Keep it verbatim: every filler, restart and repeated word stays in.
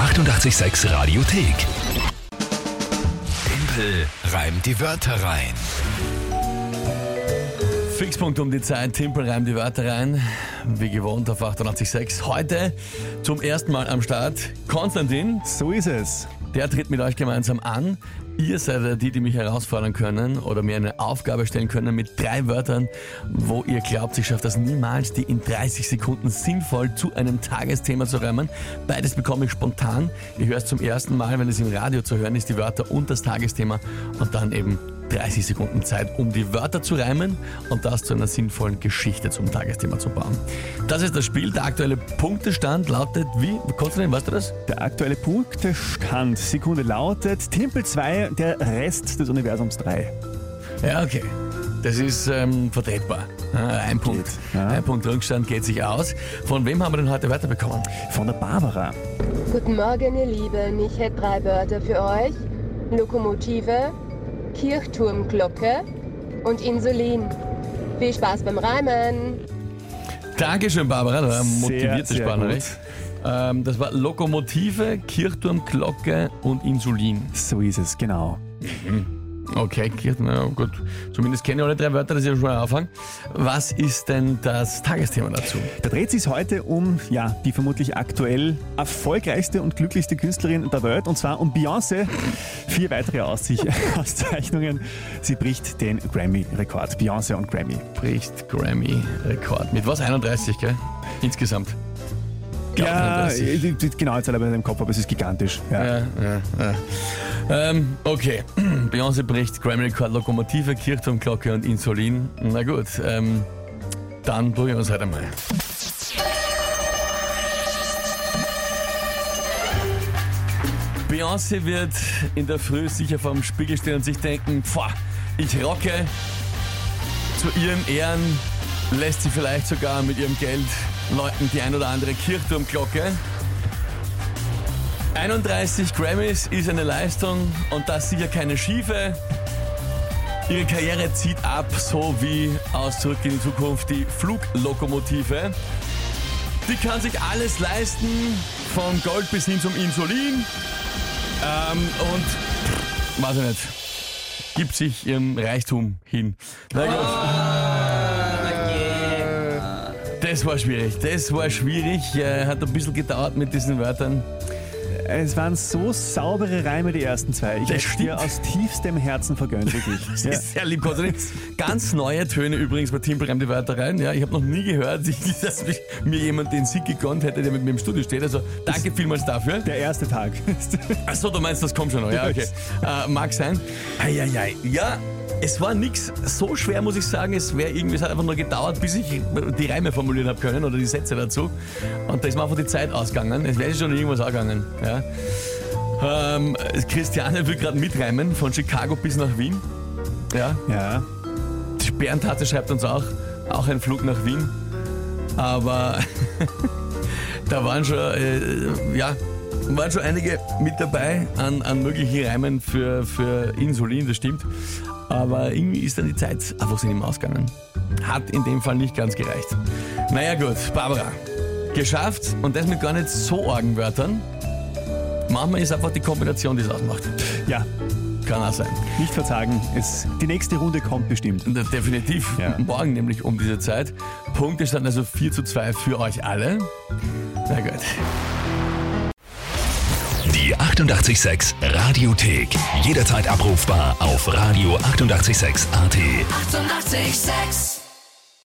achtundachtzig Komma sechs Radiothek. Tempel reimt die Wörter rein. Fixpunkt um die Zeit, Timpel reimt die Wörter rein, wie gewohnt auf achtundachtzig Komma sechs. Heute zum ersten Mal am Start Konstantin. So ist es. Der tritt mit euch gemeinsam an. Ihr seid die, die mich herausfordern können oder mir eine Aufgabe stellen können mit drei Wörtern, wo ihr glaubt, ich schaffe das niemals, die in dreißig Sekunden sinnvoll zu einem Tagesthema zu reimen. Beides bekomme ich spontan. Ihr hört es zum ersten Mal, wenn es im Radio zu hören ist, die Wörter und das Tagesthema und dann eben dreißig Sekunden Zeit, um die Wörter zu reimen und das zu einer sinnvollen Geschichte zum Tagesthema zu bauen. Das ist das Spiel. Der aktuelle Punktestand lautet wie? Konstantin, weißt du das? Der aktuelle Punktestand, Sekunde lautet Timpel zwei, der Rest des Universums drei. Ja, okay. Das ist ähm, vertretbar. Ja, ein Punkt. Ja. Ein Punkt Rückstand geht sich aus. Von wem haben wir denn heute weiterbekommen? Von der Barbara. Guten Morgen, ihr Lieben. Ich hätte drei Wörter für euch. Lokomotive, Kirchturmglocke und Insulin. Viel Spaß beim Reimen. Dankeschön, Barbara. Da motiviert sich sehr Spannerich. Ähm, das war Lokomotive, Kirchturmglocke und Insulin. So ist es, genau. Okay, Kirchturm, ja gut. Zumindest kenne ich alle drei Wörter, das ist ja schon ein Anfang. Was ist denn das Tagesthema dazu? Da dreht sich heute um ja, die vermutlich aktuell erfolgreichste und glücklichste Künstlerin der Welt, und zwar um Beyoncé. Vier weitere Aussicht- Auszeichnungen. Sie bricht den Grammy-Rekord. Beyoncé und Grammy. Bricht Grammy-Rekord. Mit was? einunddreißig, gell? Insgesamt. Glaub, Ja, einunddreißig. die, die genaue Zahl aber nicht im Kopf, aber es ist gigantisch. Ja. Ja, ja, ja. Ähm, okay, Beyoncé bricht Grammy-Rekord, Lokomotive, Kirchturmglocke und Insulin. Na gut, ähm, dann probieren wir es heute mal. Beyoncé wird in der Früh sicher vorm Spiegel stehen und sich denken, pfah, ich rocke. Zu ihren Ehren lässt sie vielleicht sogar mit ihrem Geld Leuten die ein oder andere Kirchturmglocke. einunddreißig Grammys ist eine Leistung und das sicher keine schiefe. Ihre Karriere zieht ab, so wie aus Zurück in die Zukunft die Fluglokomotive. Die kann sich alles leisten, von Gold bis hin zum Insulin. Ähm, und, weiß ich nicht, gibt sich ihrem Reichtum hin. Na gut. Das war schwierig, das war schwierig. Äh, hat ein bisschen gedauert mit diesen Wörtern. Es waren so saubere Reime, die ersten zwei. Ich Das hätte dir aus tiefstem Herzen vergönnt, wirklich. Das Ja. ist sehr lieb, Konstantin. Ganz neue Töne übrigens bei Timpel reimt die Wörter rein. Ja, ich habe noch nie gehört, dass mich, mir jemand den Sieg gegönnt hätte, der mit mir im Studio steht. Also danke vielmals dafür. Der erste Tag. Achso, du meinst, das kommt schon noch. Ja, okay. Äh, mag sein. Eieiei. Ja, es war nix so schwer, muss ich sagen. Es wäre irgendwie, es hat einfach nur gedauert, bis ich die Reime formulieren habe können oder die Sätze dazu. Und da ist mir einfach die Zeit ausgegangen. Es wäre schon irgendwas angegangen. Ja. Ähm, Christiane will gerade mitreimen, von Chicago bis nach Wien. Ja. Ja. Bernd Hatze schreibt uns auch, auch ein Flug nach Wien. Aber da waren schon, äh, ja, waren schon einige mit dabei an, an möglichen Reimen für, für Insulin, das stimmt. Aber irgendwie ist dann die Zeit einfach so nicht ausgegangen. Hat in dem Fall nicht ganz gereicht. Naja gut, Barbara, geschafft und das mit gar nicht so argen Wörtern. Manchmal ist einfach die Kombination, die es ausmacht. Ja, Kann auch sein. nicht verzagen. Es, die nächste Runde kommt bestimmt. Definitiv. Ja. Morgen nämlich um diese Zeit. Punkte standen also vier zu zwei für euch alle. Na gut. Die achtundachtzig Komma sechs Radiothek. Jederzeit abrufbar auf radio achtundachtzig Komma sechs Punkt a t. achtundachtzig Komma sechs